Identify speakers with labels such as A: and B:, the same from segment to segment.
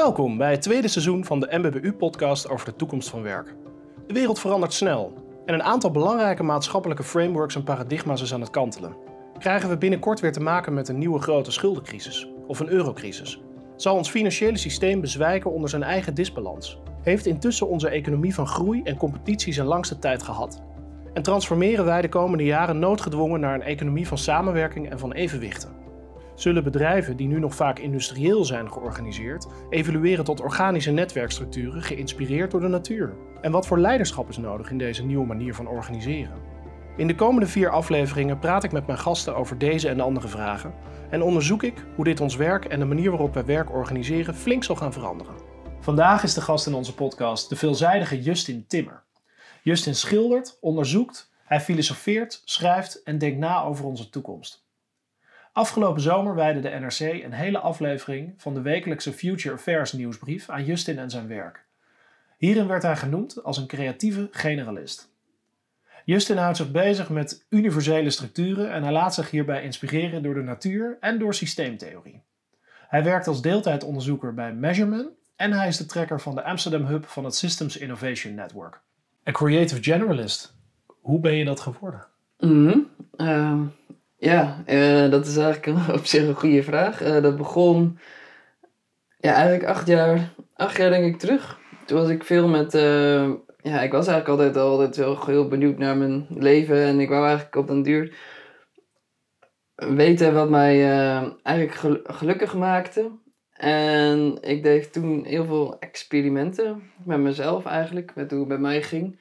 A: Welkom bij het tweede seizoen van de MBBU-podcast over de toekomst van werk. De wereld verandert snel en een aantal belangrijke maatschappelijke frameworks en paradigma's is aan het kantelen. Krijgen we binnenkort weer te maken met een nieuwe grote schuldencrisis of een eurocrisis? Zal ons financiële systeem bezwijken onder zijn eigen disbalans? Heeft intussen onze economie van groei en competitie zijn langste tijd gehad? En transformeren wij de komende jaren noodgedwongen naar een economie van samenwerking en van evenwichten? Zullen bedrijven die nu nog vaak industrieel zijn georganiseerd, evolueren tot organische netwerkstructuren geïnspireerd door de natuur? En wat voor leiderschap is nodig in deze nieuwe manier van organiseren? In de komende 4 afleveringen praat ik met mijn gasten over deze en andere vragen en onderzoek ik hoe dit ons werk en de manier waarop wij werk organiseren flink zal gaan veranderen. Vandaag is de gast in onze podcast de veelzijdige Justin Timmer. Justin schildert, onderzoekt, hij filosofeert, schrijft en denkt na over onze toekomst. Afgelopen zomer wijdde de NRC een hele aflevering van de wekelijkse Future Affairs nieuwsbrief aan Justin en zijn werk. Hierin werd hij genoemd als een creatieve generalist. Justin houdt zich bezig met universele structuren en hij laat zich hierbij inspireren door de natuur en door systeemtheorie. Hij werkt als deeltijdonderzoeker bij Measurement en hij is de trekker van de Amsterdam Hub van het Systems Innovation Network. Een creative generalist, hoe ben je dat geworden?
B: Dat is eigenlijk op zich een goede vraag. Dat begon eigenlijk 8 jaar denk ik terug. Toen was ik veel met... ik was eigenlijk altijd wel heel benieuwd naar mijn leven. En ik wou eigenlijk op den duur weten wat mij eigenlijk gelukkig maakte. En ik deed toen heel veel experimenten met mezelf eigenlijk. Met hoe het bij mij ging.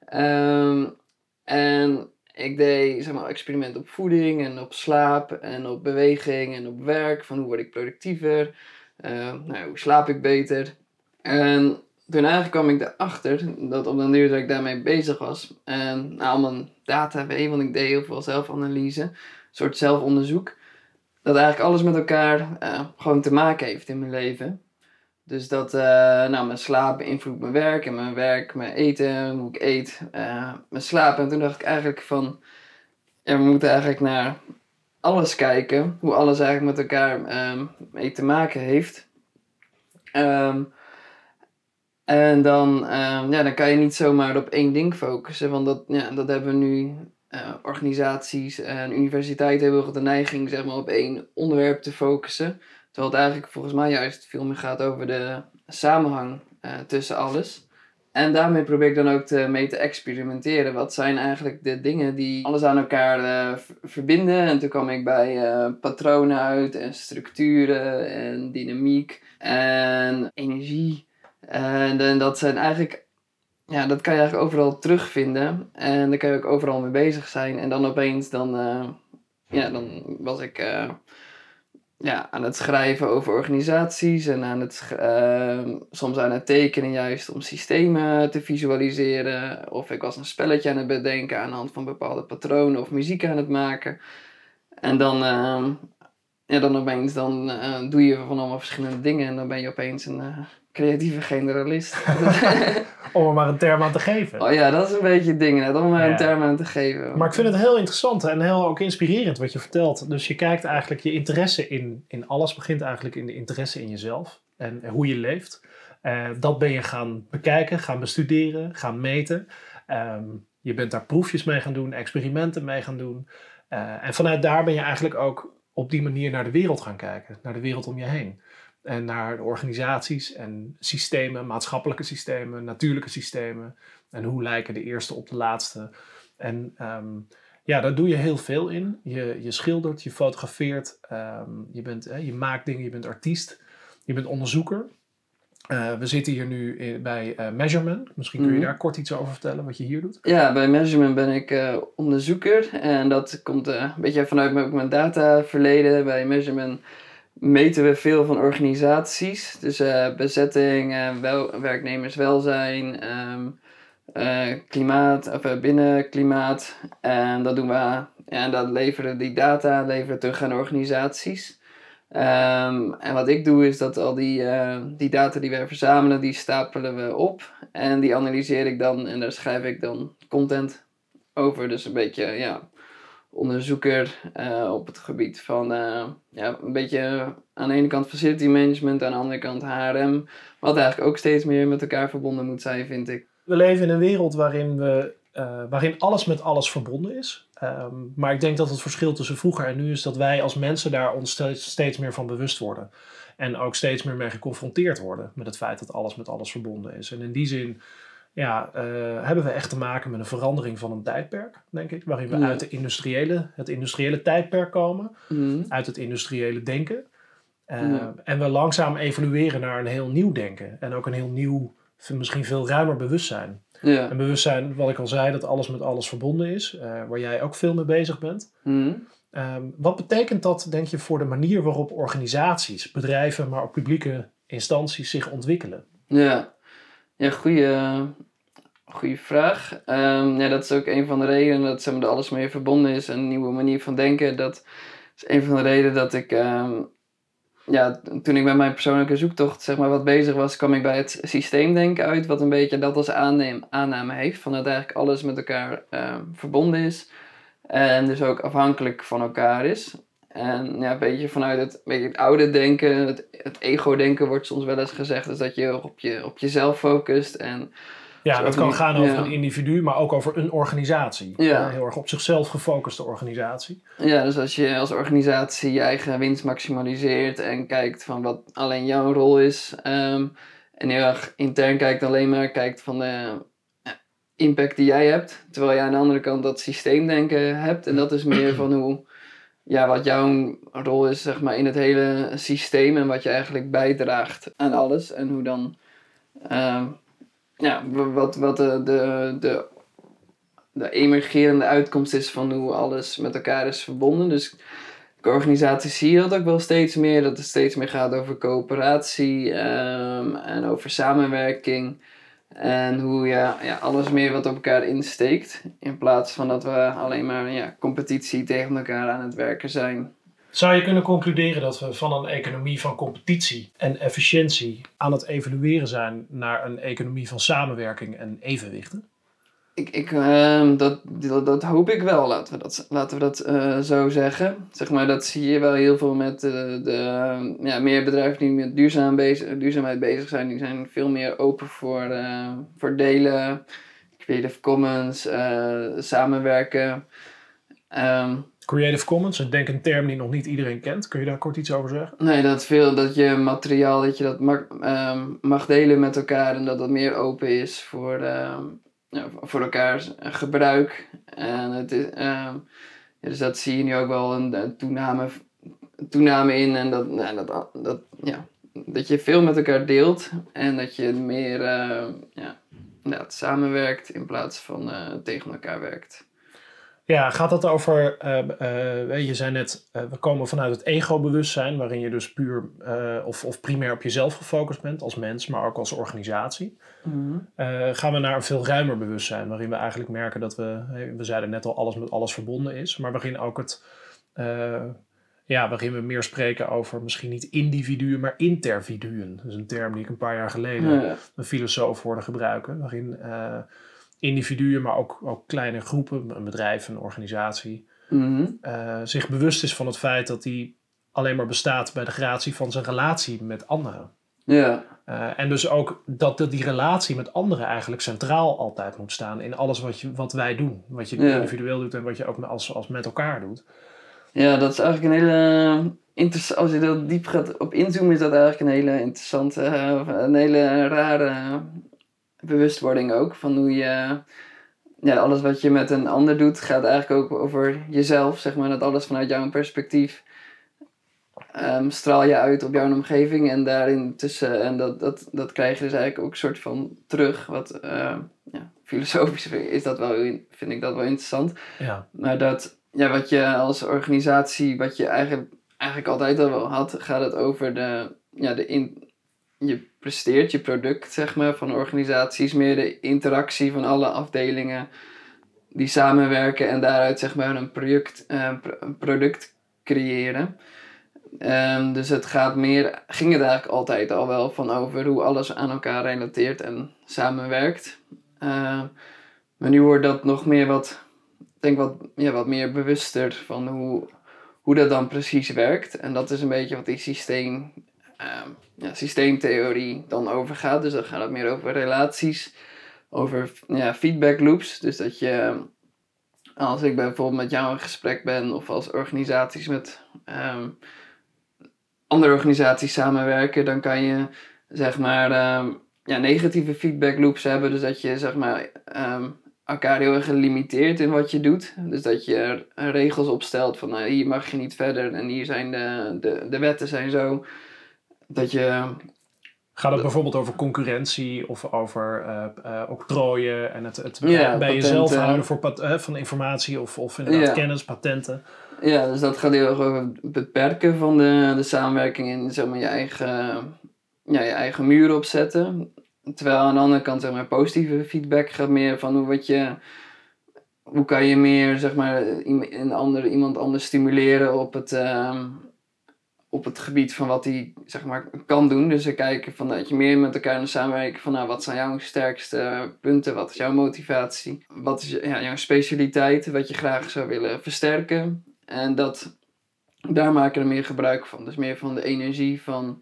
B: En ik deed experimenten op voeding en op slaap en op beweging en op werk. Van hoe word ik productiever? Hoe slaap ik beter? En toen eigenlijk kwam ik erachter dat op den duur dat ik daarmee bezig was. En allemaal data mee, want ik deed heel veel zelfanalyse. Een soort zelfonderzoek. Dat eigenlijk alles met elkaar gewoon te maken heeft in mijn leven. Dus dat mijn slaap beïnvloedt mijn werk en mijn werk, mijn eten, hoe ik eet, mijn slaap. En toen dacht ik eigenlijk van, we moeten eigenlijk naar alles kijken, hoe alles eigenlijk met elkaar mee te maken heeft. En dan kan je niet zomaar op één ding focussen, want dat hebben we nu, organisaties en universiteiten hebben wel de neiging op één onderwerp te focussen. Terwijl het eigenlijk volgens mij juist veel meer gaat over de samenhang tussen alles. En daarmee probeer ik dan ook mee te experimenteren. Wat zijn eigenlijk de dingen die alles aan elkaar verbinden? En toen kwam ik bij patronen uit en structuren en dynamiek en energie. En dat zijn eigenlijk... dat kan je eigenlijk overal terugvinden. En daar kan je ook overal mee bezig zijn. En dan opeens dan was ik... aan het schrijven over organisaties en soms aan het tekenen juist om systemen te visualiseren. Of ik was een spelletje aan het bedenken aan de hand van bepaalde patronen of muziek aan het maken. En dan opeens doe je van allemaal verschillende dingen en dan ben je opeens een creatieve generalist.
A: Om er maar een term aan te geven.
B: Oh ja, dat is een beetje het ding, om er maar een term aan te geven.
A: Maar ik vind het heel interessant en heel ook inspirerend wat je vertelt. Dus je kijkt eigenlijk, je interesse in alles begint eigenlijk in de interesse in jezelf en hoe je leeft. Dat ben je gaan bekijken, gaan bestuderen, gaan meten. Je bent daar proefjes mee gaan doen, experimenten mee gaan doen. En vanuit daar ben je eigenlijk ook op die manier naar de wereld gaan kijken. Naar de wereld om je heen. En naar de organisaties en systemen, maatschappelijke systemen, natuurlijke systemen. En hoe lijken de eerste op de laatste. En daar doe je heel veel in. Je schildert, je fotografeert, je maakt dingen, je bent artiest, je bent onderzoeker. We zitten hier nu bij Measurement. Misschien kun je daar kort iets over vertellen, wat je hier doet.
B: Ja, bij Measurement ben ik onderzoeker. En dat komt een beetje vanuit mijn dataverleden. Bij Measurement meten we veel van organisaties. Dus bezetting, werknemerswelzijn, klimaat, of binnenklimaat. En dat doen we. En dat leveren die data terug aan organisaties. En wat ik doe is dat al die data die wij verzamelen, die stapelen we op. En die analyseer ik dan en daar schrijf ik dan content over. Dus een beetje onderzoeker op het gebied van een beetje aan de ene kant facility management, aan de andere kant HRM. Wat eigenlijk ook steeds meer met elkaar verbonden moet zijn, vind ik.
A: We leven in een wereld waarin alles met alles verbonden is. Maar ik denk dat het verschil tussen vroeger en nu is dat wij als mensen daar ons steeds meer van bewust worden. En ook steeds meer mee geconfronteerd worden met het feit dat alles met alles verbonden is. En in die zin hebben we echt te maken met een verandering van een tijdperk, denk ik. Waarin we uit het industriële tijdperk komen. Uit het industriële denken. En we langzaam evolueren naar een heel nieuw denken. En ook een heel nieuw, misschien veel ruimer bewustzijn.
B: Ja.
A: Een bewustzijn, wat ik al zei, dat alles met alles verbonden is. Waar jij ook veel mee bezig bent. Wat betekent dat, denk je, voor de manier waarop organisaties, bedrijven, maar ook publieke instanties zich ontwikkelen?
B: Ja, goede vraag. Dat is ook een van de redenen dat er alles mee verbonden is. Een nieuwe manier van denken. Dat is een van de redenen dat ik... toen ik met mijn persoonlijke zoektocht wat bezig was, kwam ik bij het systeemdenken uit. Wat een beetje dat als aanname heeft. Van dat eigenlijk alles met elkaar verbonden is. En dus ook afhankelijk van elkaar is. En een beetje vanuit het oude denken, het ego-denken wordt soms wel eens gezegd. Dus dat je op jezelf focust. En
A: ja, dat kan gaan over een individu, maar ook over een organisatie. Ja. Heel erg op zichzelf gefocuste organisatie.
B: Ja, dus als je als organisatie je eigen winst maximaliseert en kijkt van wat alleen jouw rol is. En heel erg intern kijkt van de impact die jij hebt. Terwijl je aan de andere kant dat systeemdenken hebt. En dat is meer van wat jouw rol is in het hele systeem. En wat je eigenlijk bijdraagt aan alles. En hoe dan... wat de emergerende uitkomst is van hoe alles met elkaar is verbonden. Dus de organisatie zie je dat ook wel steeds meer. Dat het steeds meer gaat over coöperatie en over samenwerking. En hoe alles meer wat op elkaar insteekt. In plaats van dat we alleen maar competitie tegen elkaar aan het werken zijn.
A: Zou je kunnen concluderen dat we van een economie van competitie en efficiëntie aan het evolueren zijn naar een economie van samenwerking en evenwichten?
B: Dat hoop ik wel, laten we dat zo zeggen. Dat zie je wel heel veel met meer bedrijven die met duurzaamheid bezig zijn. Die zijn veel meer open voor delen, Creative Commons, samenwerken.
A: Creative Commons, ik denk een term die nog niet iedereen kent. Kun je daar kort iets over zeggen?
B: Nee, dat je materiaal mag delen met elkaar en dat meer open is voor elkaars gebruik. En het is, dus dat zie je nu ook wel een toename in. En dat je veel met elkaar deelt en dat je meer samenwerkt in plaats van tegen elkaar werkt.
A: Ja, gaat dat over, je zei net, we komen vanuit het ego-bewustzijn, waarin je dus puur of primair op jezelf gefocust bent, als mens, maar ook als organisatie. Gaan we naar een veel ruimer bewustzijn, waarin we eigenlijk merken dat we zeiden net al, alles met alles verbonden is, maar waarin ook waarin we meer spreken over misschien niet individuen, maar interviduen. Dat is een term die ik een paar jaar geleden een filosoof hoorde gebruiken, waarin... individuen, maar ook kleine groepen, een bedrijf, een organisatie, zich bewust is van het feit dat die alleen maar bestaat bij de gratie van zijn relatie met anderen.
B: Ja.
A: En dus ook dat die relatie met anderen eigenlijk centraal altijd moet staan in alles wat wij doen. Wat je individueel doet en wat je ook als met elkaar doet.
B: Ja, dat is eigenlijk een hele interessante... Als je er diep gaat op inzoomen, is dat eigenlijk een hele interessante, een hele rare... bewustwording ook, van hoe je... alles wat je met een ander doet, gaat eigenlijk ook over jezelf, dat alles vanuit jouw perspectief straal je uit op jouw omgeving en daarin tussen, en dat krijg je dus eigenlijk ook een soort van terug, wat filosofisch is dat wel, vind ik dat wel interessant. Ja. Maar wat je als organisatie, wat je eigenlijk altijd al wel had, gaat het over je presteert je product, van organisaties, meer de interactie van alle afdelingen die samenwerken en daaruit een product creëren. Dus het ging het eigenlijk altijd al wel van over hoe alles aan elkaar relateert en samenwerkt. Maar nu wordt dat nog meer wat denk wat meer bewuster van hoe dat dan precies werkt. En dat is een beetje wat die systeemtheorie dan over gaat. Dus dan gaat het meer over relaties, over feedback loops. Dus dat je, als ik bijvoorbeeld met jou in gesprek ben, of als organisaties met andere organisaties samenwerken, dan kan je zeg maar negatieve feedback loops hebben. Dus dat je zeg maar elkaar heel erg limiteert in wat je doet. Dus dat je regels opstelt van hier mag je niet verder en hier zijn de wetten zijn zo. Dat je...
A: Gaat het bijvoorbeeld over concurrentie of over octrooien en het bij
B: patenten.
A: jezelf houden van informatie of inderdaad kennis, patenten?
B: Ja, dus dat gaat heel erg over het beperken van de samenwerking in zeg maar, je eigen muur opzetten. Terwijl aan de andere kant zeg maar, positieve feedback gaat meer van hoe kan je meer zeg maar, iemand anders stimuleren op het gebied van wat hij zeg maar, kan doen. Dus we kijken van dat je meer met elkaar samenwerken van wat zijn jouw sterkste punten, wat is jouw motivatie, wat is jouw specialiteit, wat je graag zou willen versterken. En daar maken we meer gebruik van. Dus meer van de energie van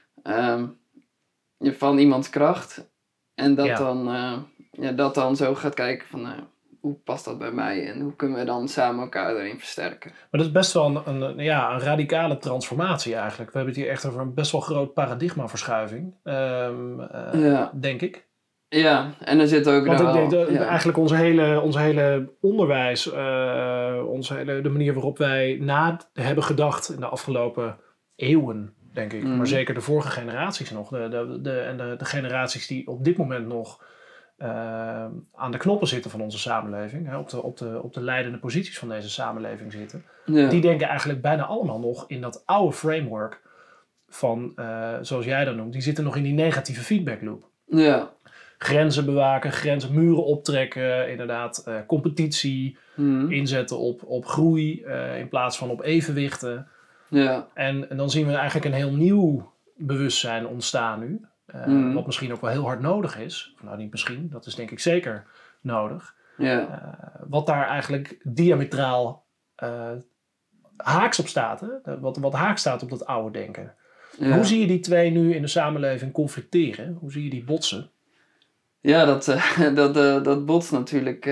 B: iemands kracht. En dat dan zo gaat kijken van hoe past dat bij mij en hoe kunnen we dan samen elkaar daarin versterken.
A: Maar dat is best wel een radicale transformatie eigenlijk. We hebben het hier echt over een best wel groot paradigmaverschuiving, denk ik.
B: Ja, en er zit ook
A: eigenlijk ons hele onderwijs, de manier waarop wij hebben gedacht in de afgelopen eeuwen, denk ik. Maar zeker de vorige generaties nog. De generaties die op dit moment nog aan de knoppen zitten van onze samenleving. Hè, op de leidende posities van deze samenleving zitten. Ja. Die denken eigenlijk bijna allemaal nog in dat oude framework van, zoals jij dat noemt. Die zitten nog in die negatieve feedback loop.
B: Ja.
A: Grenzen bewaken, muren optrekken, inderdaad competitie, inzetten op groei in plaats van op evenwichten.
B: Ja.
A: En dan zien we eigenlijk een heel nieuw bewustzijn ontstaan nu. Wat misschien ook wel heel hard nodig is. Nou, niet misschien, dat is denk ik zeker nodig.
B: Ja.
A: Wat daar eigenlijk diametraal haaks op staat. Hè? Wat haaks staat op dat oude denken. Ja. Hoe zie je die twee nu in de samenleving conflicteren? Hoe zie je die botsen?
B: Ja, dat botst natuurlijk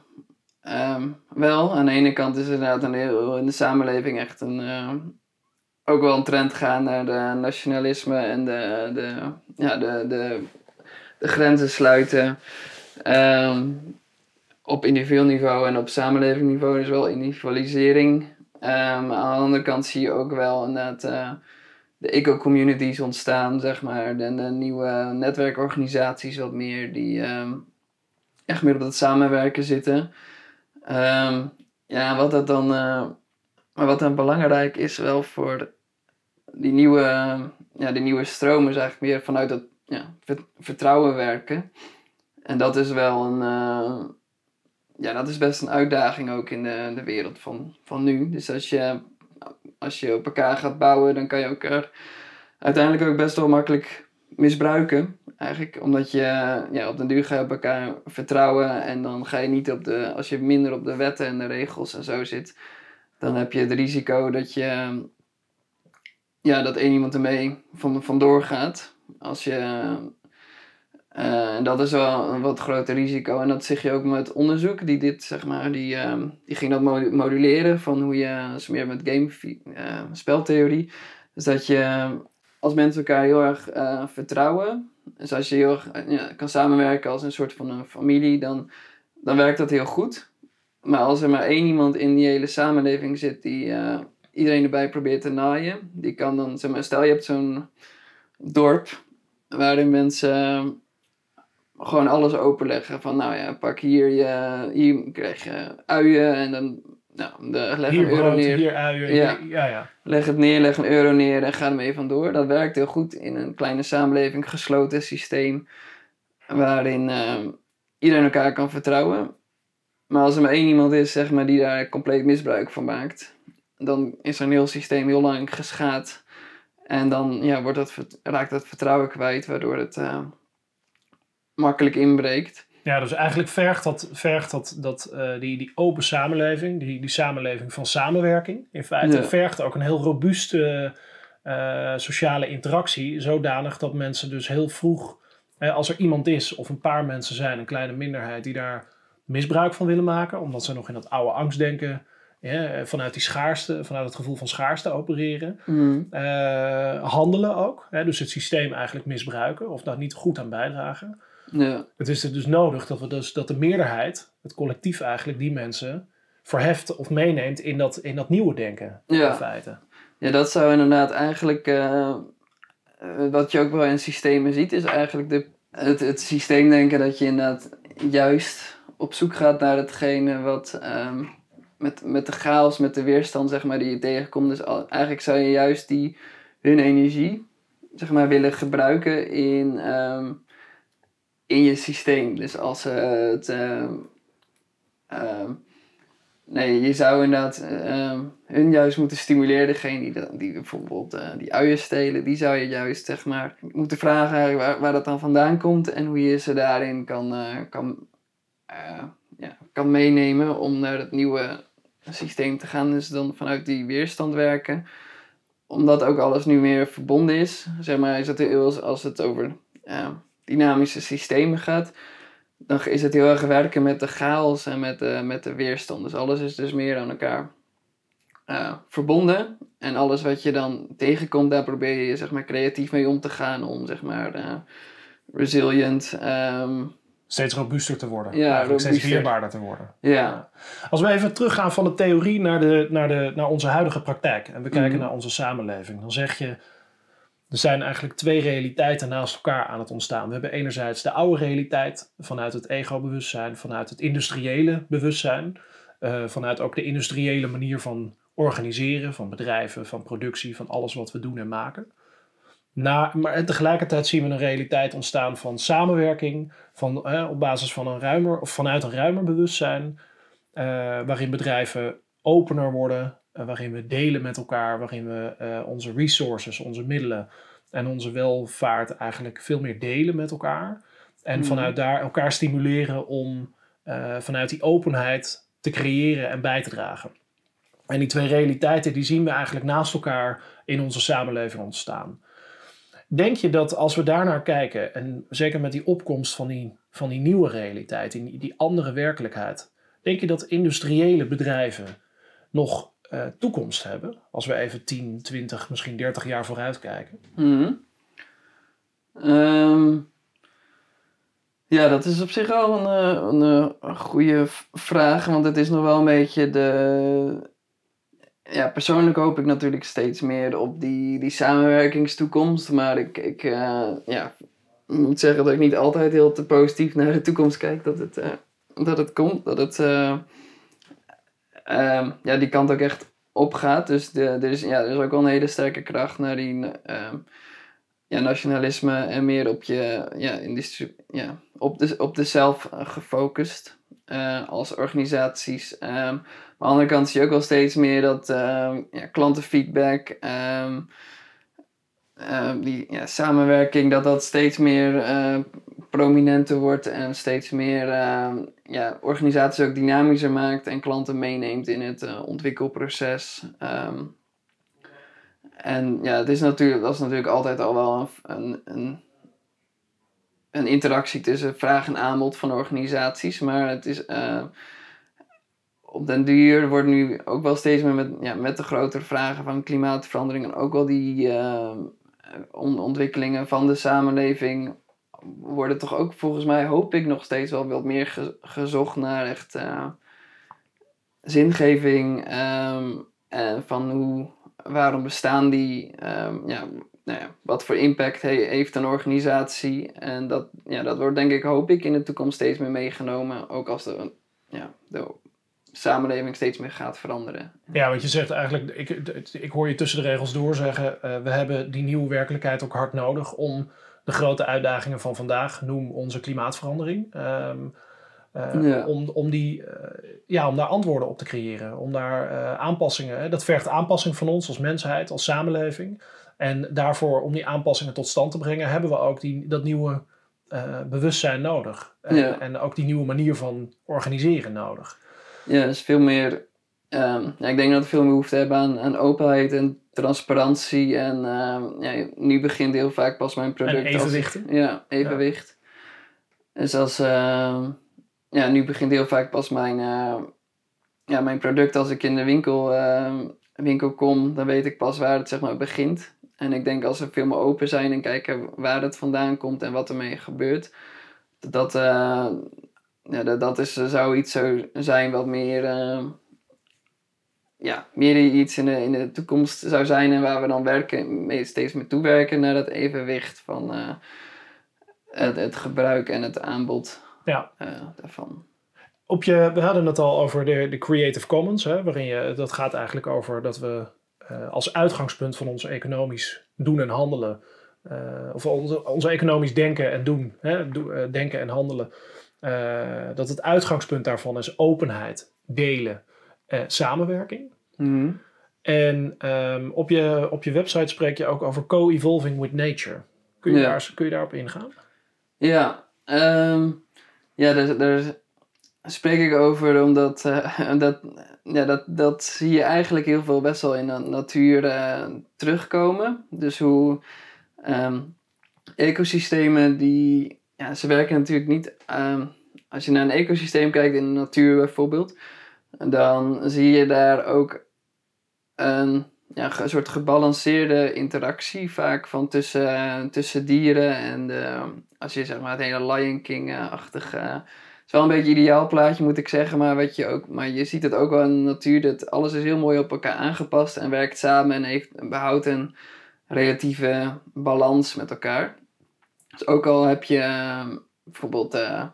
B: wel. Aan de ene kant is inderdaad in de samenleving echt ook wel een trend gaan naar de nationalisme en de grenzen sluiten. Op individueel niveau en op samenlevingsniveau is wel individualisering. Aan de andere kant zie je ook wel inderdaad de eco-communities ontstaan, zeg maar. De nieuwe netwerkorganisaties wat meer die echt meer op dat samenwerken zitten. Wat dan belangrijk is wel voor die nieuwe stroom is eigenlijk meer vanuit dat vertrouwen werken. En dat is wel dat is best een uitdaging ook in de wereld van nu. Dus als je op elkaar gaat bouwen, dan kan je elkaar uiteindelijk ook best wel makkelijk misbruiken. Eigenlijk, omdat je op den duur ga je op elkaar vertrouwen en dan ga je niet als je minder op de wetten en de regels en zo zit, dan heb je het risico dat dat één iemand ermee vandoor gaat. En dat is wel een wat groter risico. En dat zie je ook met onderzoek. Die ging dat moduleren van hoe je meer met speltheorie. Dus dat je als mensen elkaar heel erg vertrouwen. Dus als je heel erg kan samenwerken als een soort van een familie, dan werkt dat heel goed. Maar als er maar één iemand in die hele samenleving zit die iedereen erbij probeert te naaien, die kan dan, zeg maar, stel je hebt zo'n dorp waarin mensen gewoon alles openleggen. Van pak hier krijg je uien en dan leg
A: hier
B: een euro
A: brood,
B: neer.
A: Hier uien. Ja.
B: Leg het neer, leg een euro neer en ga ermee vandoor. Dat werkt heel goed in een kleine samenleving, gesloten systeem, waarin iedereen elkaar kan vertrouwen. Maar als er maar één iemand is, zeg maar, die daar compleet misbruik van maakt, dan is er een heel systeem heel lang geschaad. En dan raakt dat vertrouwen kwijt, waardoor het makkelijk inbreekt.
A: Ja, dus eigenlijk vergt dat die open samenleving, die samenleving van samenwerking, in feite vergt ook een heel robuuste sociale interactie, zodanig dat mensen dus heel vroeg, als er iemand is of een paar mensen zijn, een kleine minderheid, die daar misbruik van willen maken, omdat ze nog in dat oude angstdenken, vanuit die schaarste, vanuit het gevoel van schaarste opereren, handelen ook. Dus het systeem eigenlijk misbruiken of daar niet goed aan bijdragen.
B: Ja.
A: Het is dus nodig dat de meerderheid, het collectief eigenlijk, die mensen verheft of meeneemt in dat nieuwe denken, in feite.
B: Ja, dat zou inderdaad eigenlijk, wat je ook wel in systemen ziet, is eigenlijk het systeemdenken dat je inderdaad juist op zoek gaat naar hetgene wat met de chaos, met de weerstand, zeg maar, die je tegenkomt. Dus eigenlijk zou je juist hun energie, zeg maar, willen gebruiken in je systeem. Dus als je zou inderdaad hun juist moeten stimuleren. Degene die bijvoorbeeld die uien stelen, die zou je juist, zeg maar, moeten vragen waar dat dan vandaan komt en hoe je ze daarin kan meenemen om naar het nieuwe systeem te gaan. Dus dan vanuit die weerstand werken. Omdat ook alles nu meer verbonden is. Zeg maar, is het als het over dynamische systemen gaat, dan is het heel erg werken met de chaos en met de weerstand. Dus alles is dus meer aan elkaar verbonden. En alles wat je dan tegenkomt, daar probeer je, zeg maar, creatief mee om te gaan. Om, zeg maar, resilient,
A: steeds robuuster te worden.
B: Ja,
A: steeds weerbaarder te worden.
B: Ja.
A: Als we even teruggaan van de theorie naar onze huidige praktijk. En we kijken naar onze samenleving. Dan zeg je, er zijn eigenlijk twee realiteiten naast elkaar aan het ontstaan. We hebben enerzijds de oude realiteit vanuit het ego-bewustzijn, vanuit het industriële bewustzijn, vanuit ook de industriële manier van organiseren, van bedrijven, van productie, van alles wat we doen en maken. Maar tegelijkertijd zien we een realiteit ontstaan van samenwerking, op basis van vanuit een ruimer bewustzijn, waarin bedrijven opener worden, waarin we delen met elkaar, waarin we onze resources, onze middelen en onze welvaart eigenlijk veel meer delen met elkaar. En vanuit daar elkaar stimuleren om vanuit die openheid te creëren en bij te dragen. En die twee realiteiten die zien we eigenlijk naast elkaar in onze samenleving ontstaan. Denk je dat als we daarnaar kijken, en zeker met die opkomst van die nieuwe realiteit, die andere werkelijkheid, denk je dat industriële bedrijven nog toekomst hebben? Als we even 10, 20, misschien 30 jaar vooruit kijken.
B: Ja, dat is op zich wel een goede vraag, want het is nog wel een beetje Ja, persoonlijk hoop ik natuurlijk steeds meer op die samenwerkingstoekomst, maar ik moet zeggen dat ik niet altijd heel te positief naar de toekomst kijk, dat het komt, dat het die kant ook echt opgaat. Dus er is ook wel een hele sterke kracht naar die nationalisme en meer op de zelf gefocust als organisaties. Maar aan de andere kant zie je ook wel steeds meer dat klantenfeedback, samenwerking, dat steeds meer prominenter wordt en steeds meer organisaties ook dynamischer maakt en klanten meeneemt in het ontwikkelproces. En ja, dat is natuurlijk altijd al wel een interactie tussen vraag en aanbod van organisaties, maar het is op den duur wordt nu ook wel steeds meer met de grotere vragen van klimaatverandering en ook wel die ontwikkelingen van de samenleving worden toch ook, volgens mij hoop ik, nog steeds wel wat meer gezocht naar echt zingeving en van waarom bestaan die, wat voor impact heeft een organisatie. En dat wordt, denk ik, hoop ik, in de toekomst steeds meer meegenomen. Ook als de samenleving steeds meer gaat veranderen.
A: Ja, want je zegt eigenlijk, ik hoor je tussen de regels door zeggen, we hebben die nieuwe werkelijkheid ook hard nodig om de grote uitdagingen van vandaag, noem onze klimaatverandering, om daar antwoorden op te creëren, om daar aanpassingen, dat vergt aanpassing van ons als mensheid, als samenleving. En daarvoor, om die aanpassingen tot stand te brengen, hebben we ook dat nieuwe bewustzijn nodig. En ook die nieuwe manier van organiseren nodig.
B: Ja, dus veel meer... ik denk dat we veel meer behoefte hebben aan openheid en transparantie. En nu begint heel vaak pas mijn product...
A: En evenwichten.
B: Evenwicht. Ja. Dus als... nu begint heel vaak pas mijn product als ik in de winkel kom. Dan weet ik pas waar het zeg maar begint. En ik denk als we veel meer open zijn en kijken waar het vandaan komt en wat ermee gebeurt. Dat zou iets zo zijn wat meer iets in de toekomst zou zijn. En waar we dan steeds meer toewerken naar dat evenwicht van het gebruik en het aanbod daarvan.
A: We hadden het al over de Creative Commons, hè, waarin dat gaat eigenlijk over dat we als uitgangspunt van ons economisch doen en handelen, of onze economisch denken en doen, denken en handelen, dat het uitgangspunt daarvan is openheid, delen, samenwerking.
B: Mm-hmm.
A: En op je website spreek je ook over co-evolving with nature. Kun je daarop ingaan?
B: Ja, daar spreek ik over omdat dat zie je eigenlijk heel veel best wel in de natuur terugkomen. Dus hoe ecosystemen ze werken natuurlijk niet... als je naar een ecosysteem kijkt in de natuur bijvoorbeeld, dan zie je daar ook een soort gebalanceerde interactie vaak van tussen dieren en als je zeg maar het hele Lion King-achtig... Het is wel een beetje een ideaal plaatje moet ik zeggen, maar je ziet het ook wel in de natuur dat alles is heel mooi op elkaar aangepast en werkt samen en behoudt een relatieve balans met elkaar. Dus ook al heb je bijvoorbeeld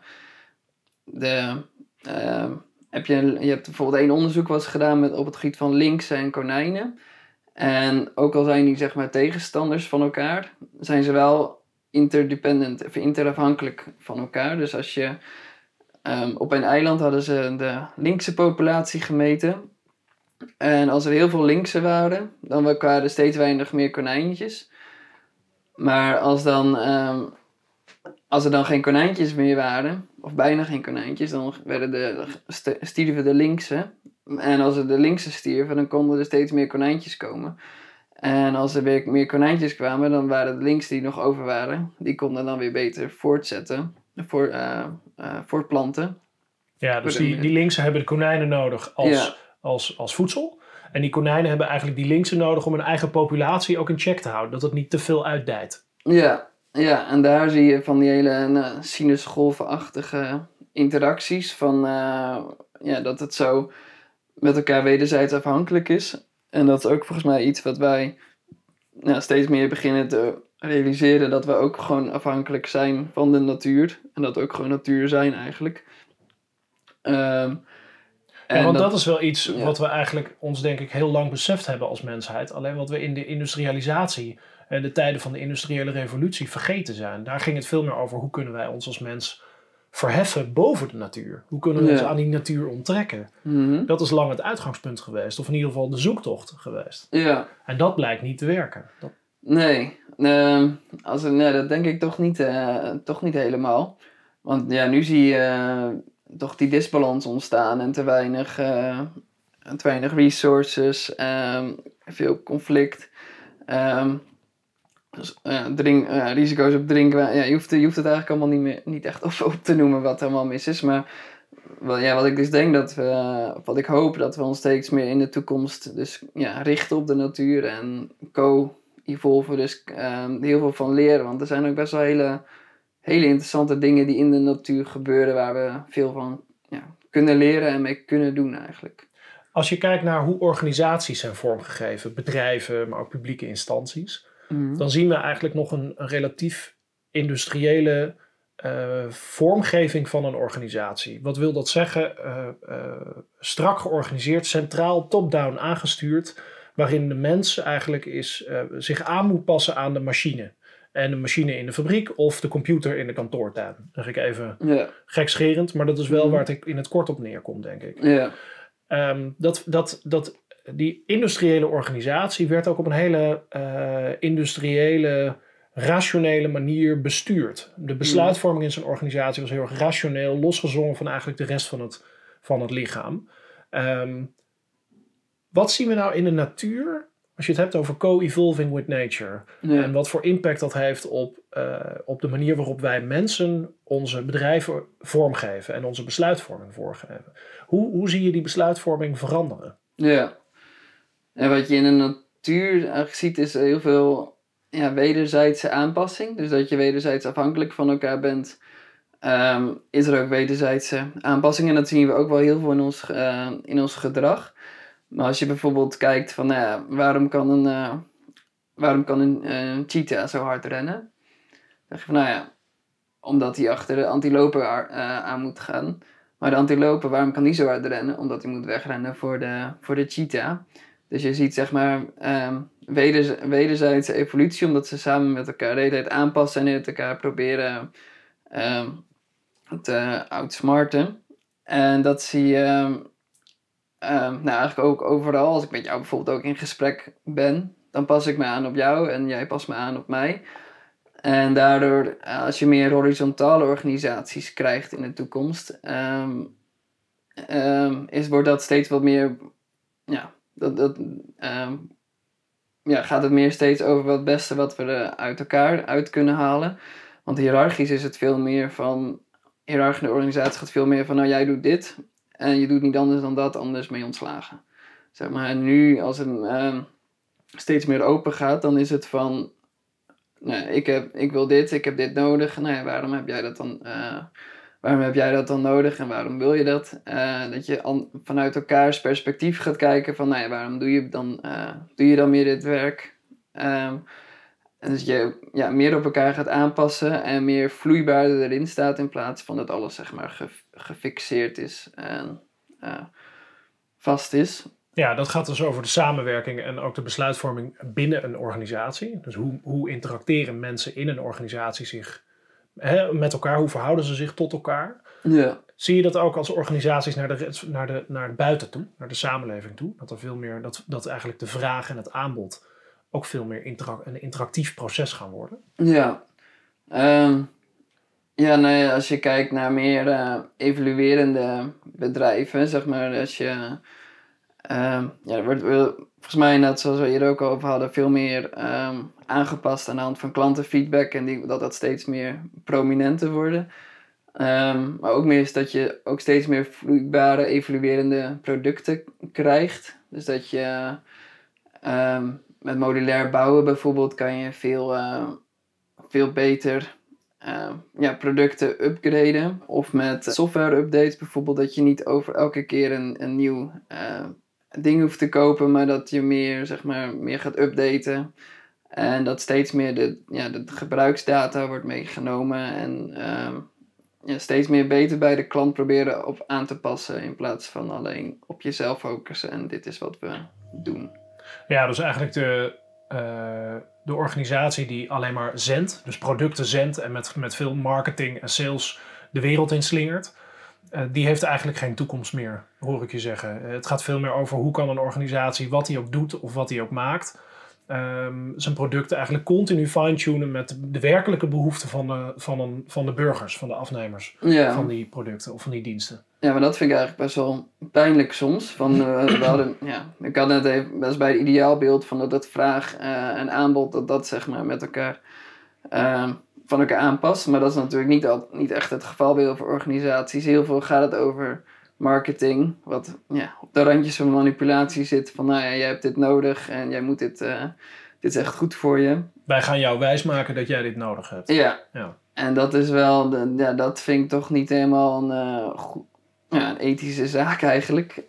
B: je hebt bijvoorbeeld één onderzoek was gedaan op het gebied van lynxen en konijnen. En ook al zijn die zeg maar tegenstanders van elkaar, zijn ze wel interdependent, of interafhankelijk van elkaar. Dus als je op een eiland hadden ze de lynxen populatie gemeten. En als er heel veel lynxen waren, dan waren er steeds weinig meer konijntjes. Maar als er dan geen konijntjes meer waren, of bijna geen konijntjes, dan stierven de lynxen. En als er de lynxen stierven, dan konden er steeds meer konijntjes komen. En als er weer meer konijntjes kwamen, dan waren de lynxen die nog over waren, die konden dan weer beter voortplanten.
A: Ja, dus die lynxen hebben de konijnen nodig als voedsel. En die konijnen hebben eigenlijk die lynxen nodig om hun eigen populatie ook in check te houden. Dat het niet te veel uitdijt.
B: Ja, en daar zie je van die hele sinusgolvenachtige interacties. Van dat het zo met elkaar wederzijds afhankelijk is. En dat is ook volgens mij iets wat wij steeds meer beginnen te realiseren. Dat we ook gewoon afhankelijk zijn van de natuur. En dat we ook gewoon natuur zijn eigenlijk.
A: Want dat is wel iets wat we eigenlijk ons denk ik heel lang beseft hebben als mensheid. Alleen wat we in de industrialisatie en de tijden van de industriële revolutie vergeten zijn. Daar ging het veel meer over hoe kunnen wij ons als mens verheffen boven de natuur. Hoe kunnen we ons aan die natuur onttrekken?
B: Mm-hmm.
A: Dat is lang het uitgangspunt geweest. Of in ieder geval de zoektocht geweest.
B: Ja.
A: En dat blijkt niet te werken.
B: Nee, dat denk ik toch niet helemaal. Want nu zie je toch die disbalans ontstaan en te weinig resources, veel conflict, risico's op drinken. Ja, je hoeft het eigenlijk allemaal niet echt op te noemen wat er allemaal mis is. Maar wat ik dus denk wat ik hoop dat we ons steeds meer in de toekomst dus richten op de natuur en co-evolven, dus heel veel van leren. Want er zijn ook best wel hele interessante dingen die in de natuur gebeuren waar we veel van kunnen leren en mee kunnen doen eigenlijk.
A: Als je kijkt naar hoe organisaties zijn vormgegeven, bedrijven, maar ook publieke instanties, dan zien we eigenlijk nog een relatief industriële vormgeving van een organisatie. Wat wil dat zeggen? Strak georganiseerd, centraal, top-down aangestuurd, waarin de mens eigenlijk zich aan moet passen aan de machine. En de machine in de fabriek of de computer in de kantoortuin. Dan ga ik even gekscherend, maar dat is wel waar het in het kort op neerkomt, denk ik.
B: Ja.
A: Die industriële organisatie werd ook op een hele industriële rationele manier bestuurt. De besluitvorming in zijn organisatie was heel erg rationeel, losgezongen van eigenlijk de rest van het lichaam. Wat zien we nou in de natuur, als je het hebt over co-evolving with nature, en wat voor impact dat heeft op de manier waarop wij mensen onze bedrijven vormgeven en onze besluitvorming vormgeven? Hoe zie je die besluitvorming veranderen?
B: Ja. En wat je in de natuur eigenlijk ziet is heel veel wederzijdse aanpassing. Dus dat je wederzijds afhankelijk van elkaar bent, is er ook wederzijdse aanpassing. En dat zien we ook wel heel veel in ons gedrag. Maar als je bijvoorbeeld kijkt van waarom kan een cheetah zo hard rennen? Dan zeg je van omdat hij achter de antilope aan moet gaan. Maar de antilope, waarom kan die zo hard rennen? Omdat hij moet wegrennen voor de cheetah. Dus je ziet zeg maar wederzijdse evolutie, omdat ze samen met elkaar de hele tijd aanpassen en met elkaar proberen te outsmarten. En dat zie je eigenlijk ook overal. Als ik met jou bijvoorbeeld ook in gesprek ben, dan pas ik me aan op jou en jij past me aan op mij. En daardoor, als je meer horizontale organisaties krijgt in de toekomst, wordt dat steeds wat meer, gaat het meer steeds over het beste wat we er uit elkaar uit kunnen halen. Want hiërarchisch is het veel meer van, hiërarchische organisatie gaat veel meer van, jij doet dit en je doet niet anders dan dat, anders mee ontslagen. Zeg maar, en nu als het steeds meer open gaat, dan is het van, ik wil dit, ik heb dit nodig. Waarom heb jij dat dan nodig en waarom wil je dat? Dat je vanuit elkaars perspectief gaat kijken van, waarom doe je dan meer dit werk? En dus je meer op elkaar gaat aanpassen en meer vloeibaarder erin staat in plaats van dat alles zeg maar gefixeerd is en vast is.
A: Ja, dat gaat dus over de samenwerking en ook de besluitvorming binnen een organisatie. Dus hoe interacteren mensen in een organisatie zich met elkaar? Hoe verhouden ze zich tot elkaar?
B: Ja.
A: Zie je dat ook als organisaties naar buiten toe, naar de samenleving toe? Dat er veel meer, dat eigenlijk de vraag en het aanbod ook veel meer een interactief proces gaan worden?
B: Ja. Als je kijkt naar meer evoluerende bedrijven, zeg maar, als je er wordt volgens mij, net zoals we hier ook al over hadden, veel meer aangepast aan de hand van klantenfeedback en dat steeds meer prominenter worden. Maar ook meer is dat je ook steeds meer vloeibare, evoluerende producten krijgt. Dus dat je met modulair bouwen bijvoorbeeld kan je veel beter producten upgraden. Of met software updates bijvoorbeeld, dat je niet over elke keer een nieuw ding hoeft te kopen, maar dat je meer gaat updaten. En dat steeds meer de gebruiksdata wordt meegenomen en steeds meer beter bij de klant proberen op aan te passen in plaats van alleen op jezelf focussen en dit is wat we doen.
A: Ja, dus eigenlijk de organisatie die alleen maar zendt, dus producten zendt en met veel marketing en sales de wereld inslingert, die heeft eigenlijk geen toekomst meer, hoor ik je zeggen. Het gaat veel meer over hoe kan een organisatie, wat die ook doet of wat die ook maakt, zijn producten eigenlijk continu fine-tunen met de werkelijke behoeften van de burgers, van de afnemers van die producten of van die diensten.
B: Ja, maar dat vind ik eigenlijk best wel pijnlijk soms. Ik had net even best bij het ideaalbeeld van dat vraag en aanbod, dat zeg maar met elkaar van elkaar aanpast. Maar dat is natuurlijk niet echt het geval bij heel veel organisaties. Heel veel gaat het over marketing, wat op de randjes van manipulatie zit. Van jij hebt dit nodig en jij moet dit is echt goed voor je.
A: Wij gaan jou wijsmaken dat jij dit nodig hebt.
B: Ja. En dat is wel, dat vind ik toch niet helemaal een ethische zaak eigenlijk.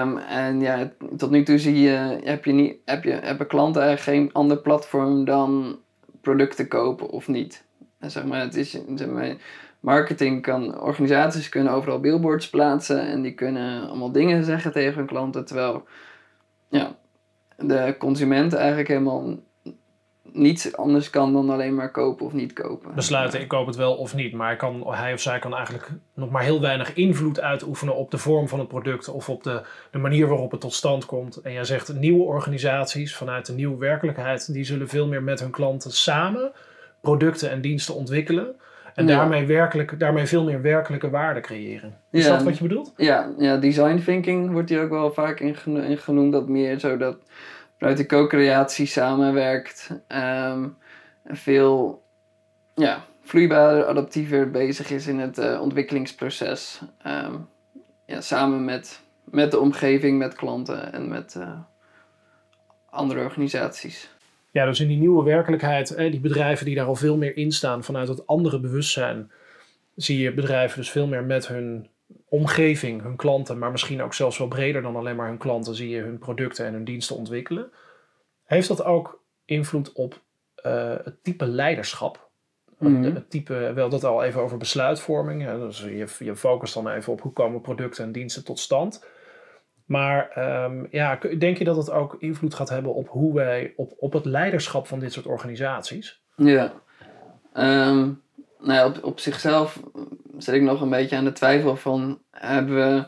B: Tot nu toe hebben klanten eigenlijk geen ander platform dan producten kopen of niet. En zeg maar, het is, organisaties kunnen overal billboards plaatsen en die kunnen allemaal dingen zeggen tegen hun klanten, terwijl de consument eigenlijk helemaal niets anders kan dan alleen maar kopen of niet kopen.
A: Besluiten, ik koop het wel of niet. Maar hij of zij kan eigenlijk nog maar heel weinig invloed uitoefenen op de vorm van het product of op de manier waarop het tot stand komt. En jij zegt, nieuwe organisaties vanuit de nieuwe werkelijkheid, die zullen veel meer met hun klanten samen producten en diensten ontwikkelen. En
B: Ja.
A: daarmee veel meer werkelijke waarde creëren. Is dat wat je bedoelt?
B: Ja, design thinking wordt hier ook wel vaak in genoemd. Dat meer zo dat vanuit de co-creatie samenwerkt. En veel vloeibaarder, adaptiever bezig is in het ontwikkelingsproces. Samen met de omgeving, met klanten en met andere organisaties.
A: Ja, dus in die nieuwe werkelijkheid, die bedrijven die daar al veel meer in staan vanuit het andere bewustzijn, zie je bedrijven dus veel meer met hun omgeving, hun klanten, maar misschien ook zelfs wel breder dan alleen maar hun klanten, zie je hun producten en hun diensten ontwikkelen. Heeft dat ook invloed op het type leiderschap? Het type, we hadden het al even over besluitvorming. Hè, dus je focust dan even op hoe komen producten en diensten tot stand. Maar denk je dat het ook invloed gaat hebben op hoe wij op het leiderschap van dit soort organisaties?
B: Ja. Op zichzelf zit ik nog een beetje aan de twijfel van hebben we.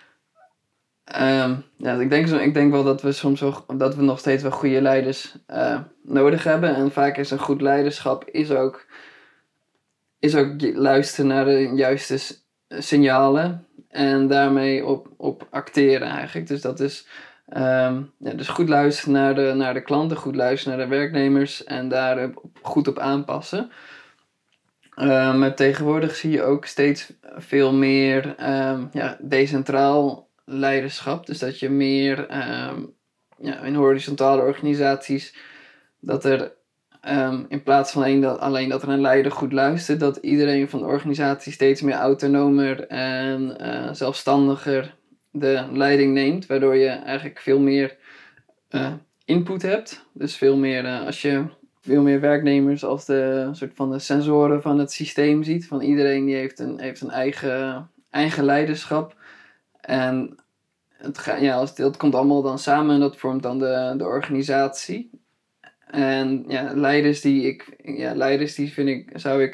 B: Ik denk wel dat we dat we nog steeds wel goede leiders nodig hebben. En vaak is een goed leiderschap is ook luisteren naar de juiste signalen en daarmee op acteren eigenlijk. Dus dat is dus goed luisteren naar de klanten, goed luisteren naar de werknemers en daar goed op aanpassen. Maar tegenwoordig zie je ook steeds veel meer decentraal leiderschap. Dus dat je meer in horizontale organisaties dat er in plaats van alleen dat er een leider goed luistert, dat iedereen van de organisatie steeds meer autonomer en zelfstandiger de leiding neemt, waardoor je eigenlijk veel meer input hebt. Dus veel meer als je veel meer werknemers als de soort van de sensoren van het systeem ziet. Van iedereen die heeft een eigen leiderschap. En dat komt allemaal dan samen en dat vormt dan de organisatie. En leiders die vind ik,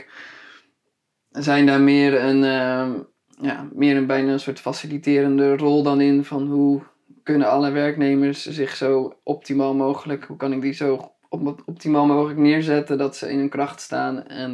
B: zijn daar meer een bijna een soort faciliterende rol dan in. Van hoe kunnen alle werknemers zich zo optimaal mogelijk, hoe kan ik die zo optimaal mogelijk neerzetten dat ze in hun kracht staan en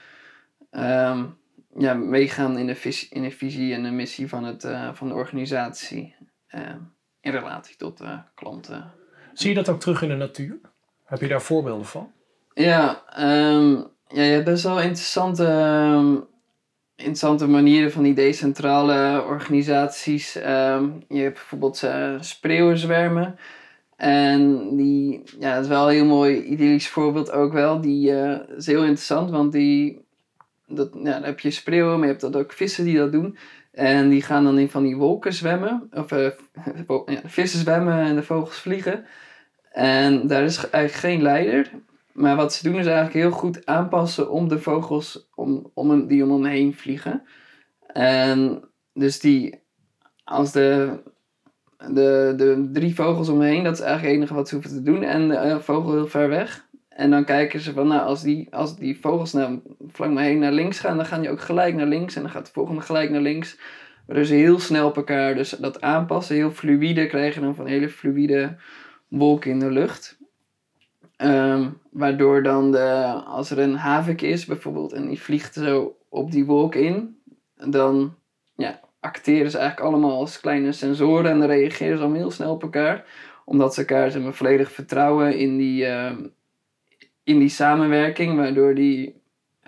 B: meegaan in de visie en de missie van de organisatie in relatie tot klanten.
A: Zie je dat ook terug in de natuur? Heb je daar voorbeelden van?
B: Ja, je hebt best wel interessante manieren van die decentrale organisaties. Je hebt bijvoorbeeld spreeuwenzwermen. En dat is wel een heel mooi idyllisch voorbeeld ook wel. Die is heel interessant, want dan heb je spreeuwen, maar je hebt dat ook vissen die dat doen. En die gaan dan in van die wolken zwemmen. Of de vissen zwemmen en de vogels vliegen. En daar is eigenlijk geen leider. Maar wat ze doen is eigenlijk heel goed aanpassen om de vogels die om hen heen vliegen. En dus als de 3 vogels omheen, dat is eigenlijk het enige wat ze hoeven te doen. En de vogel heel ver weg. En dan kijken ze van, als die vogels vlak me heen naar links gaan, dan gaan die ook gelijk naar links. En dan gaat de volgende gelijk naar links. Waardoor ze heel snel op elkaar dus dat aanpassen. Heel fluïde, krijgen dan van hele fluïde wolken in de lucht. Waardoor dan als er een havik is bijvoorbeeld en die vliegt zo op die wolk in, dan acteren ze eigenlijk allemaal als kleine sensoren en dan reageren ze allemaal heel snel op elkaar. Omdat ze elkaar volledig vertrouwen in die samenwerking, waardoor die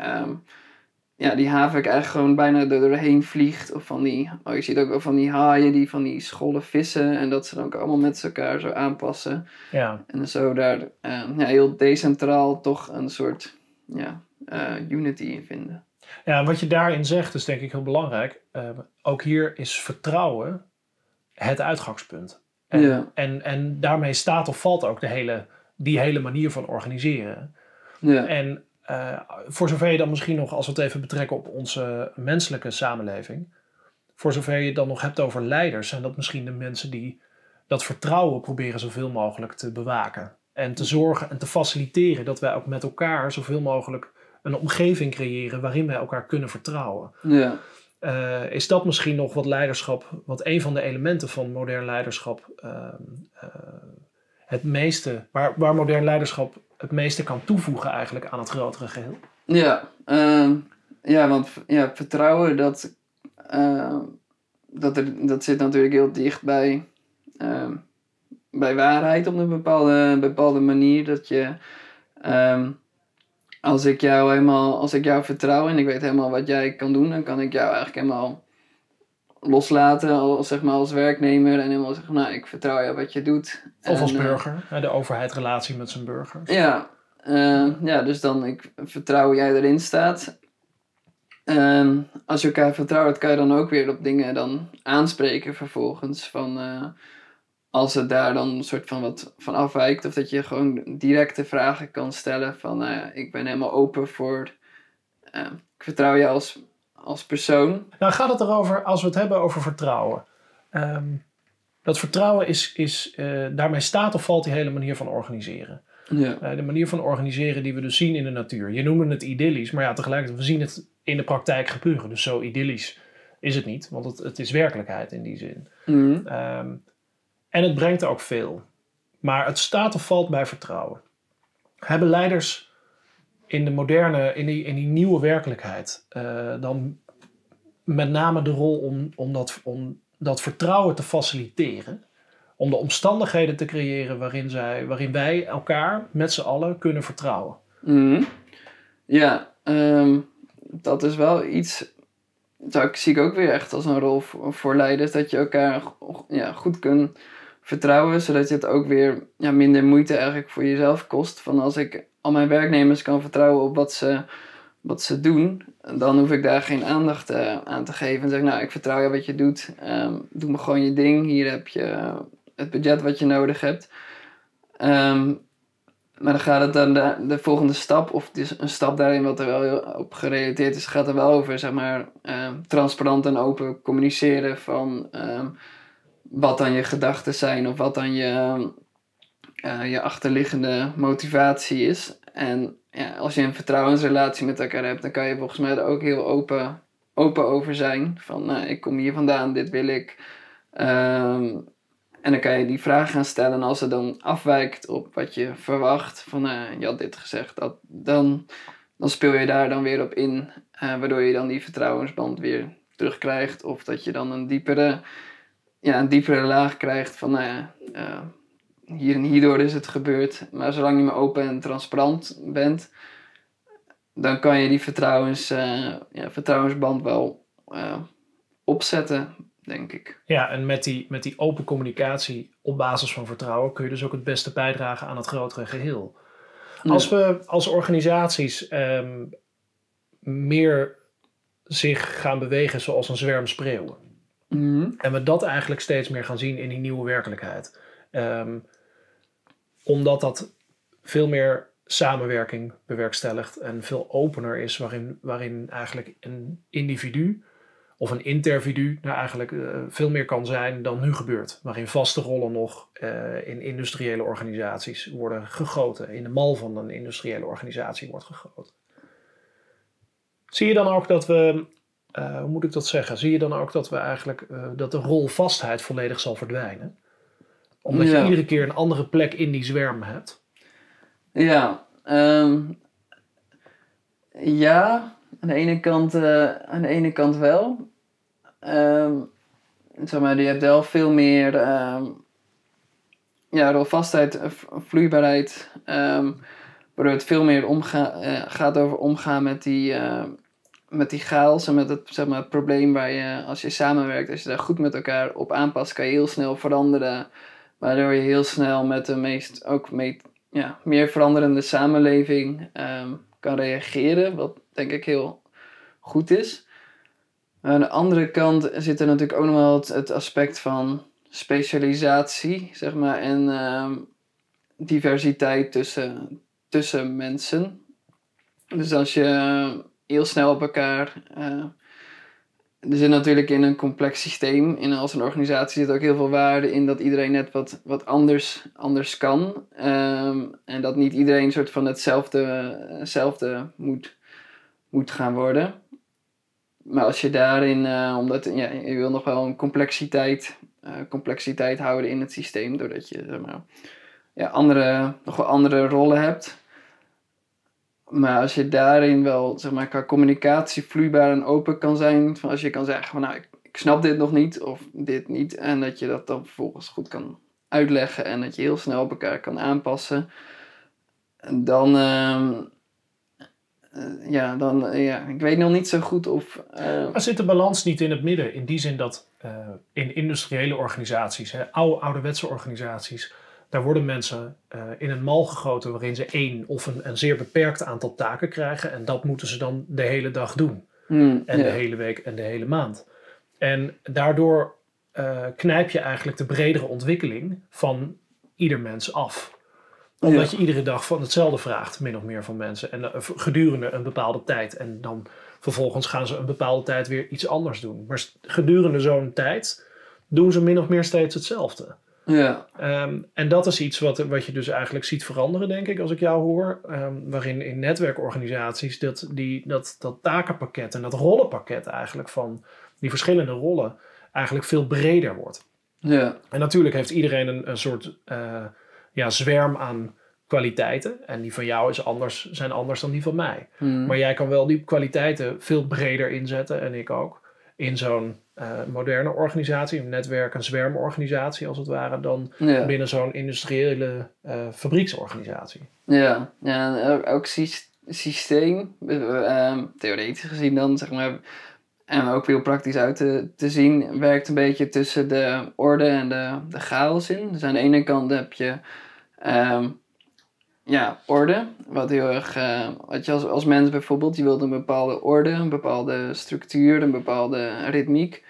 B: havik eigenlijk gewoon bijna doorheen vliegt. Of je ziet ook wel van die haaien, die van die scholle vissen. En dat ze dan ook allemaal met elkaar zo aanpassen.
A: Ja.
B: En zo daar heel decentraal toch een soort unity in vinden.
A: Ja, en wat je daarin zegt is denk ik heel belangrijk. Ook hier is vertrouwen het uitgangspunt. En daarmee staat of valt ook die hele manier van organiseren.
B: Ja.
A: En voor zover je dan misschien nog, als we het even betrekken op onze menselijke samenleving, voor zover je het dan nog hebt over leiders, zijn dat misschien de mensen die dat vertrouwen proberen zoveel mogelijk te bewaken. En te zorgen en te faciliteren dat wij ook met elkaar zoveel mogelijk een omgeving creëren waarin wij elkaar kunnen vertrouwen.
B: Ja.
A: Is dat misschien nog wat een van de elementen van modern leiderschap het meeste, waar modern leiderschap het meeste kan toevoegen eigenlijk aan het grotere geheel?
B: Want vertrouwen, dat zit natuurlijk heel dicht bij waarheid op een bepaalde manier. Dat je, als ik jou vertrouw en ik weet helemaal wat jij kan doen, dan kan ik jou eigenlijk helemaal loslaten als werknemer en helemaal zeggen, nou, ik vertrouw jou wat je doet.
A: Of als burger, de overheidsrelatie met zijn burgers.
B: Dus dan ik vertrouw jij erin staat. Als je elkaar vertrouwt, kan je dan ook weer op dingen dan aanspreken vervolgens. Als het daar dan een soort van wat van afwijkt. Of dat je gewoon directe vragen kan stellen van ik ben helemaal open voor... ik vertrouw je als persoon.
A: Nou gaat het erover, als we het hebben over vertrouwen. Dat vertrouwen is daarmee staat of valt die hele manier van organiseren.
B: Ja.
A: De manier van organiseren die we dus zien in de natuur. Je noemde het idyllisch, maar tegelijkertijd we zien het in de praktijk gebeuren. Dus zo idyllisch is het niet, want het is werkelijkheid in die zin.
B: Mm-hmm.
A: En het brengt ook veel. Maar het staat of valt bij vertrouwen. Hebben leiders in de moderne, in die nieuwe werkelijkheid dan met name de rol om dat vertrouwen te faciliteren? Om de omstandigheden te creëren waarin wij elkaar met z'n allen kunnen vertrouwen.
B: Mm-hmm. Dat is wel iets... Dat zie ik ook weer echt als een rol voor leiders. Dat je elkaar goed kunt vertrouwen. Zodat je het ook weer minder moeite eigenlijk voor jezelf kost. Van als ik al mijn werknemers kan vertrouwen op wat ze doen. Dan hoef ik daar geen aandacht aan te geven. En zeg nou, ik vertrouw je wat je doet. Doe maar gewoon je ding. Hier heb je het budget wat je nodig hebt. Maar dan gaat het dan de volgende stap, of dus een stap daarin wat er wel heel op gerelateerd is, gaat er wel over, zeg maar, transparant en open communiceren van wat dan je gedachten zijn of wat dan je achterliggende motivatie is. En als je een vertrouwensrelatie met elkaar hebt, dan kan je volgens mij er ook heel open over zijn. Van ik kom hier vandaan, dit wil ik. En dan kan je die vraag gaan stellen. En als het dan afwijkt op wat je verwacht. Van je had dit gezegd. Dan speel je daar dan weer op in. Waardoor je dan die vertrouwensband weer terugkrijgt. Of dat je dan een diepere laag krijgt. Van hierdoor is het gebeurd. Maar zolang je maar open en transparant bent. Dan kan je die vertrouwensband wel opzetten, denk ik.
A: Ja, en met die open communicatie op basis van vertrouwen kun je dus ook het beste bijdragen aan het grotere geheel. Ja. Als we als organisaties meer zich gaan bewegen zoals een zwerm spreeuwen.
B: Mm-hmm.
A: En we dat eigenlijk steeds meer gaan zien in die nieuwe werkelijkheid. Omdat dat veel meer samenwerking bewerkstelligt en veel opener is waarin eigenlijk een individu of een intervidu eigenlijk veel meer kan zijn dan nu gebeurt. Waarin vaste rollen nog in industriële organisaties worden gegoten. In de mal van een industriële organisatie wordt gegoten. Zie je dan ook dat we, hoe moet ik dat zeggen? Zie je dan ook dat we eigenlijk dat de rolvastheid volledig zal verdwijnen? Omdat je iedere keer een andere plek in die zwerm hebt?
B: Ja, aan de ene kant wel. Zeg maar, je hebt wel veel meer rolvastheid, vloeibaarheid, waardoor het veel meer gaat over omgaan met die chaos en met het, zeg maar, het probleem waar je, als je samenwerkt, als je daar goed met elkaar op aanpast, kan je heel snel veranderen, waardoor je heel snel met de meer veranderende samenleving kan reageren, wat denk ik heel goed is. Aan de andere kant zit er natuurlijk ook nog wel het aspect van specialisatie, zeg maar, en diversiteit tussen mensen. Dus als je heel snel op elkaar... er zit natuurlijk in een complex systeem, als een organisatie zit ook heel veel waarde in dat iedereen net wat anders kan. En dat niet iedereen een soort van hetzelfde moet gaan worden. Maar als je daarin, omdat je wil nog wel een complexiteit houden in het systeem, doordat je, zeg maar, nog wel andere rollen hebt. Maar als je daarin wel, zeg maar, qua communicatie vloeibaar en open kan zijn. Van als je kan zeggen van, nou, ik snap dit nog niet of dit niet. En dat je dat dan vervolgens goed kan uitleggen. En dat je heel snel op elkaar kan aanpassen. En dan, ik weet nog niet zo goed of...
A: Maar zit de balans niet in het midden? In die zin dat in industriële organisaties, ouderwetse organisaties, daar worden mensen in een mal gegoten waarin ze één of een zeer beperkt aantal taken krijgen. En dat moeten ze dan de hele dag doen. De hele week en de hele maand. En daardoor knijp je eigenlijk de bredere ontwikkeling van ieder mens af. Omdat je iedere dag van hetzelfde vraagt, min of meer van mensen. En gedurende een bepaalde tijd. En dan vervolgens gaan ze een bepaalde tijd weer iets anders doen. Maar gedurende zo'n tijd doen ze min of meer steeds hetzelfde.
B: Ja.
A: En dat is iets wat je dus eigenlijk ziet veranderen, denk ik, als ik jou hoor. Waarin in netwerkorganisaties dat takenpakket en dat rollenpakket eigenlijk van die verschillende rollen eigenlijk veel breder wordt.
B: Ja.
A: En natuurlijk heeft iedereen een soort zwerm aan kwaliteiten. En die van jou zijn anders dan die van mij. Maar jij kan wel die kwaliteiten veel breder inzetten, en ik ook, in zo'n moderne organisatie, een netwerk, een zwermorganisatie als het ware, dan binnen zo'n industriële fabrieksorganisatie.
B: Ja, elk systeem, theoretisch gezien dan, zeg maar, en ook heel praktisch uit te zien, werkt een beetje tussen de orde en de chaos in. Dus aan de ene kant heb je orde, wat heel erg, wat je als mens bijvoorbeeld, je wilt een bepaalde orde, een bepaalde structuur, een bepaalde ritmiek.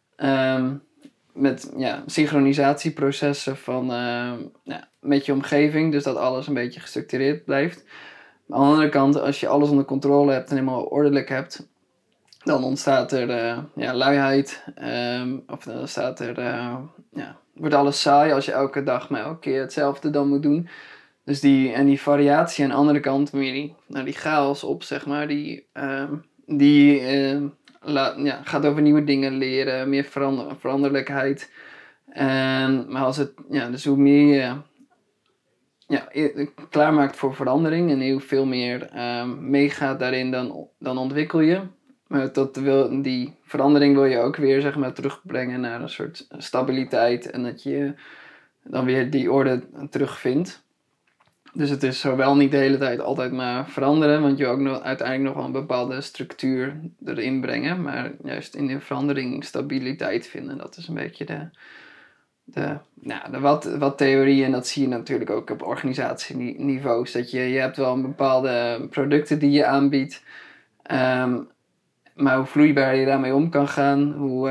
B: Met synchronisatieprocessen met je omgeving, dus dat alles een beetje gestructureerd blijft. Aan de andere kant, als je alles onder controle hebt en helemaal ordelijk hebt, dan ontstaat er luiheid, of dan ontstaat wordt alles saai als je elke dag maar elke keer hetzelfde dan moet doen. Dus die variatie aan de andere kant, meer die chaos op, zeg maar, gaat over nieuwe dingen leren, meer veranderlijkheid. Maar als het, dus hoe meer je klaarmaakt voor verandering en hoe veel meer meegaat daarin, dan ontwikkel je. Maar die verandering wil je ook weer, zeg maar, terugbrengen naar een soort stabiliteit en dat je dan weer die orde terugvindt. Dus het is zowel niet de hele tijd altijd maar veranderen, want je wil ook uiteindelijk nog wel een bepaalde structuur erin brengen. Maar juist in de verandering stabiliteit vinden, dat is een beetje wat theorie. En dat zie je natuurlijk ook op organisatieniveaus. Dat je hebt wel een bepaalde producten die je aanbiedt, maar hoe vloeibaar je daarmee om kan gaan,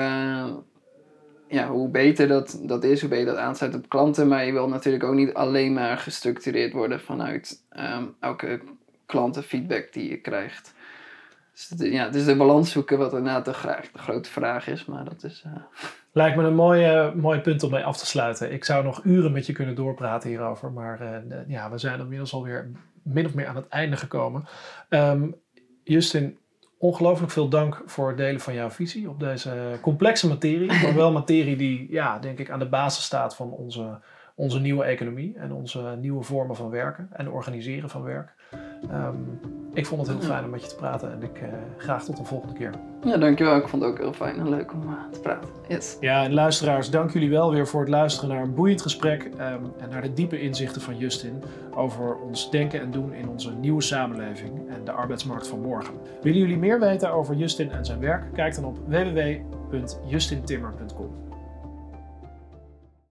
B: hoe beter dat is, hoe beter dat aansluit op klanten. Maar je wil natuurlijk ook niet alleen maar gestructureerd worden vanuit elke klantenfeedback die je krijgt. Dus het is de balans zoeken wat inderdaad de grote vraag is. Maar dat is...
A: Lijkt me een mooi punt om mee af te sluiten. Ik zou nog uren met je kunnen doorpraten hierover. Maar we zijn inmiddels alweer min of meer aan het einde gekomen. Justin, ongelooflijk veel dank voor het delen van jouw visie op deze complexe materie. Maar wel materie die, denk ik, aan de basis staat van onze nieuwe economie en onze nieuwe vormen van werken en organiseren van werk. Ik vond het heel fijn om met je te praten en ik graag tot een volgende keer.
B: Ja, dankjewel. Ik vond het ook heel fijn en leuk om te praten. Yes.
A: Ja, en luisteraars, dank jullie wel weer voor het luisteren naar een boeiend gesprek en naar de diepe inzichten van Justin over ons denken en doen in onze nieuwe samenleving en de arbeidsmarkt van morgen. Willen jullie meer weten over Justin en zijn werk? Kijk dan op www.justintimmer.com.